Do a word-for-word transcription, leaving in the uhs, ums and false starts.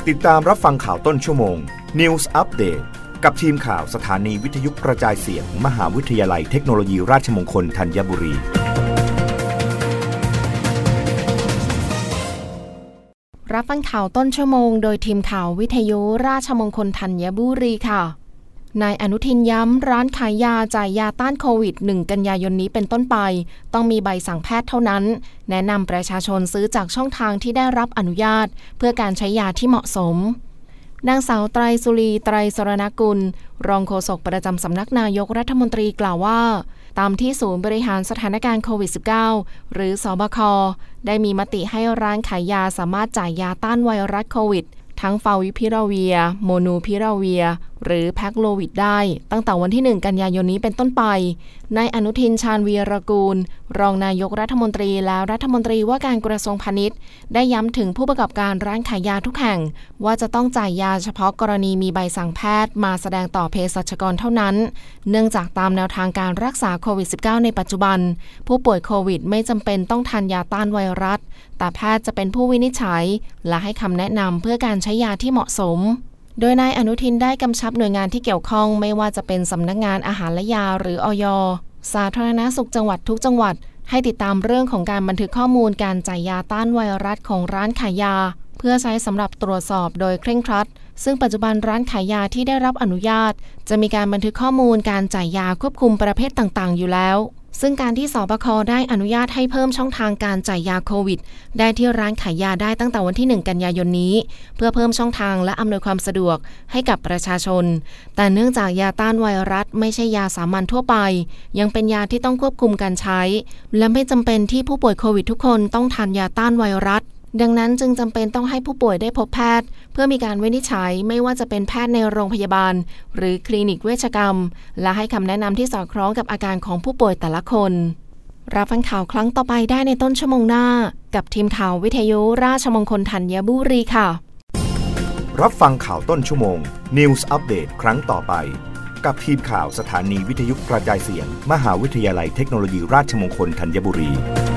ติดตามรับฟังข่าวต้นชั่วโมง News Update กับทีมข่าวสถานีวิทยุกระจายเสียง มหาวิทยาลัยเทคโนโลยีราชมงคลธัญบุรีรับฟังข่าวต้นชั่วโมงโดยทีมข่าววิทยุราชมงคลธัญบุรีค่ะนายอนุทินย้ำร้านขายยาจ่ายยาต้านโควิดหนึ่งกันยายนนี้เป็นต้นไปต้องมีใบสั่งแพทย์เท่านั้นแนะนำประชาชนซื้อจากช่องทางที่ได้รับอนุญาตเพื่อการใช้ยาที่เหมาะสมนางสาวไตรสุรีไตรสรณกุลรองโฆษกประจำสำนักนายกรัฐมนตรีกล่าวว่าตามที่ศูนย์บริหารสถานการณ์โควิด สิบเก้า หรือสบคได้มีมติให้ร้านขายยาสามารถจ่ายยาต้านไวรัสโควิดทั้งฟาวิพิราเวียโมนูพิราเวียหรือแพคโลวิดได้ตั้งแต่วันที่หนึ่งกันยายนนี้เป็นต้นไปนายอนุทินชาญวีรกูลรองนายกรัฐมนตรีและรัฐมนตรีว่าการกระทรวงพาณิชย์ได้ย้ำถึงผู้ประกอบการร้านขายยาทุกแห่งว่าจะต้องจ่ายยาเฉพาะกรณีมีใบสั่งแพทย์มาแสดงต่อเภสัชกรเท่านั้นเนื่องจากตามแนวทางการรักษาโควิด สิบเก้า ในปัจจุบันผู้ป่วยโควิดไม่จำเป็นต้องทานยาต้านไวรัสแต่แพทย์จะเป็นผู้วินิจฉัยและให้คำแนะนำเพื่อการใช้ยาที่เหมาะสมโดยนายอนุทินได้กำชับหน่วยงานที่เกี่ยวข้องไม่ว่าจะเป็นสำนักงานอาหารและยาหรืออย.สาธารณสุขจังหวัดทุกจังหวัดให้ติดตามเรื่องของการบันทึกข้อมูลการจ่ายยาต้านไวรัสของร้านขายยาเพื่อใช้สำหรับตรวจสอบโดยเคร่งครัดซึ่งปัจจุบันร้านขายยาที่ได้รับอนุญาตจะมีการบันทึกข้อมูลการจ่ายยาควบคุมประเภทต่างๆอยู่แล้วซึ่งการที่สบคได้อนุญาตให้เพิ่มช่องทางการจ่ายยาโควิดได้ที่ร้านขายยาได้ตั้งแต่วันที่หนึ่งกันยายนนี้เพื่อเพิ่มช่องทางและอำนวยความสะดวกให้กับประชาชนแต่เนื่องจากยาต้านไวรัสไม่ใช่ยาสามัญทั่วไปยังเป็นยาที่ต้องควบคุมการใช้และไม่จำเป็นที่ผู้ป่วยโควิดทุกคนต้องทานยาต้านไวรัสดังนั้นจึงจำเป็นต้องให้ผู้ป่วยได้พบแพทย์เพื่อมีการวินิจฉัยไม่ว่าจะเป็นแพทย์ในโรงพยาบาลหรือคลินิกเวชกรรมและให้คำแนะนำที่สอดคล้องกับอาการของผู้ป่วยแต่ละคนรับฟังข่าวครั้งต่อไปได้ในต้นชั่วโมงหน้ากับทีมข่าววิทยุราชมงคลธัญบุรีค่ะรับฟังข่าวต้นชั่วโมง News Update ครั้งต่อไปกับทีมข่าวสถานีวิทยุกระจายเสียงมหาวิทยาลัยเทคโนโลยีราชมงคลธัญบุรี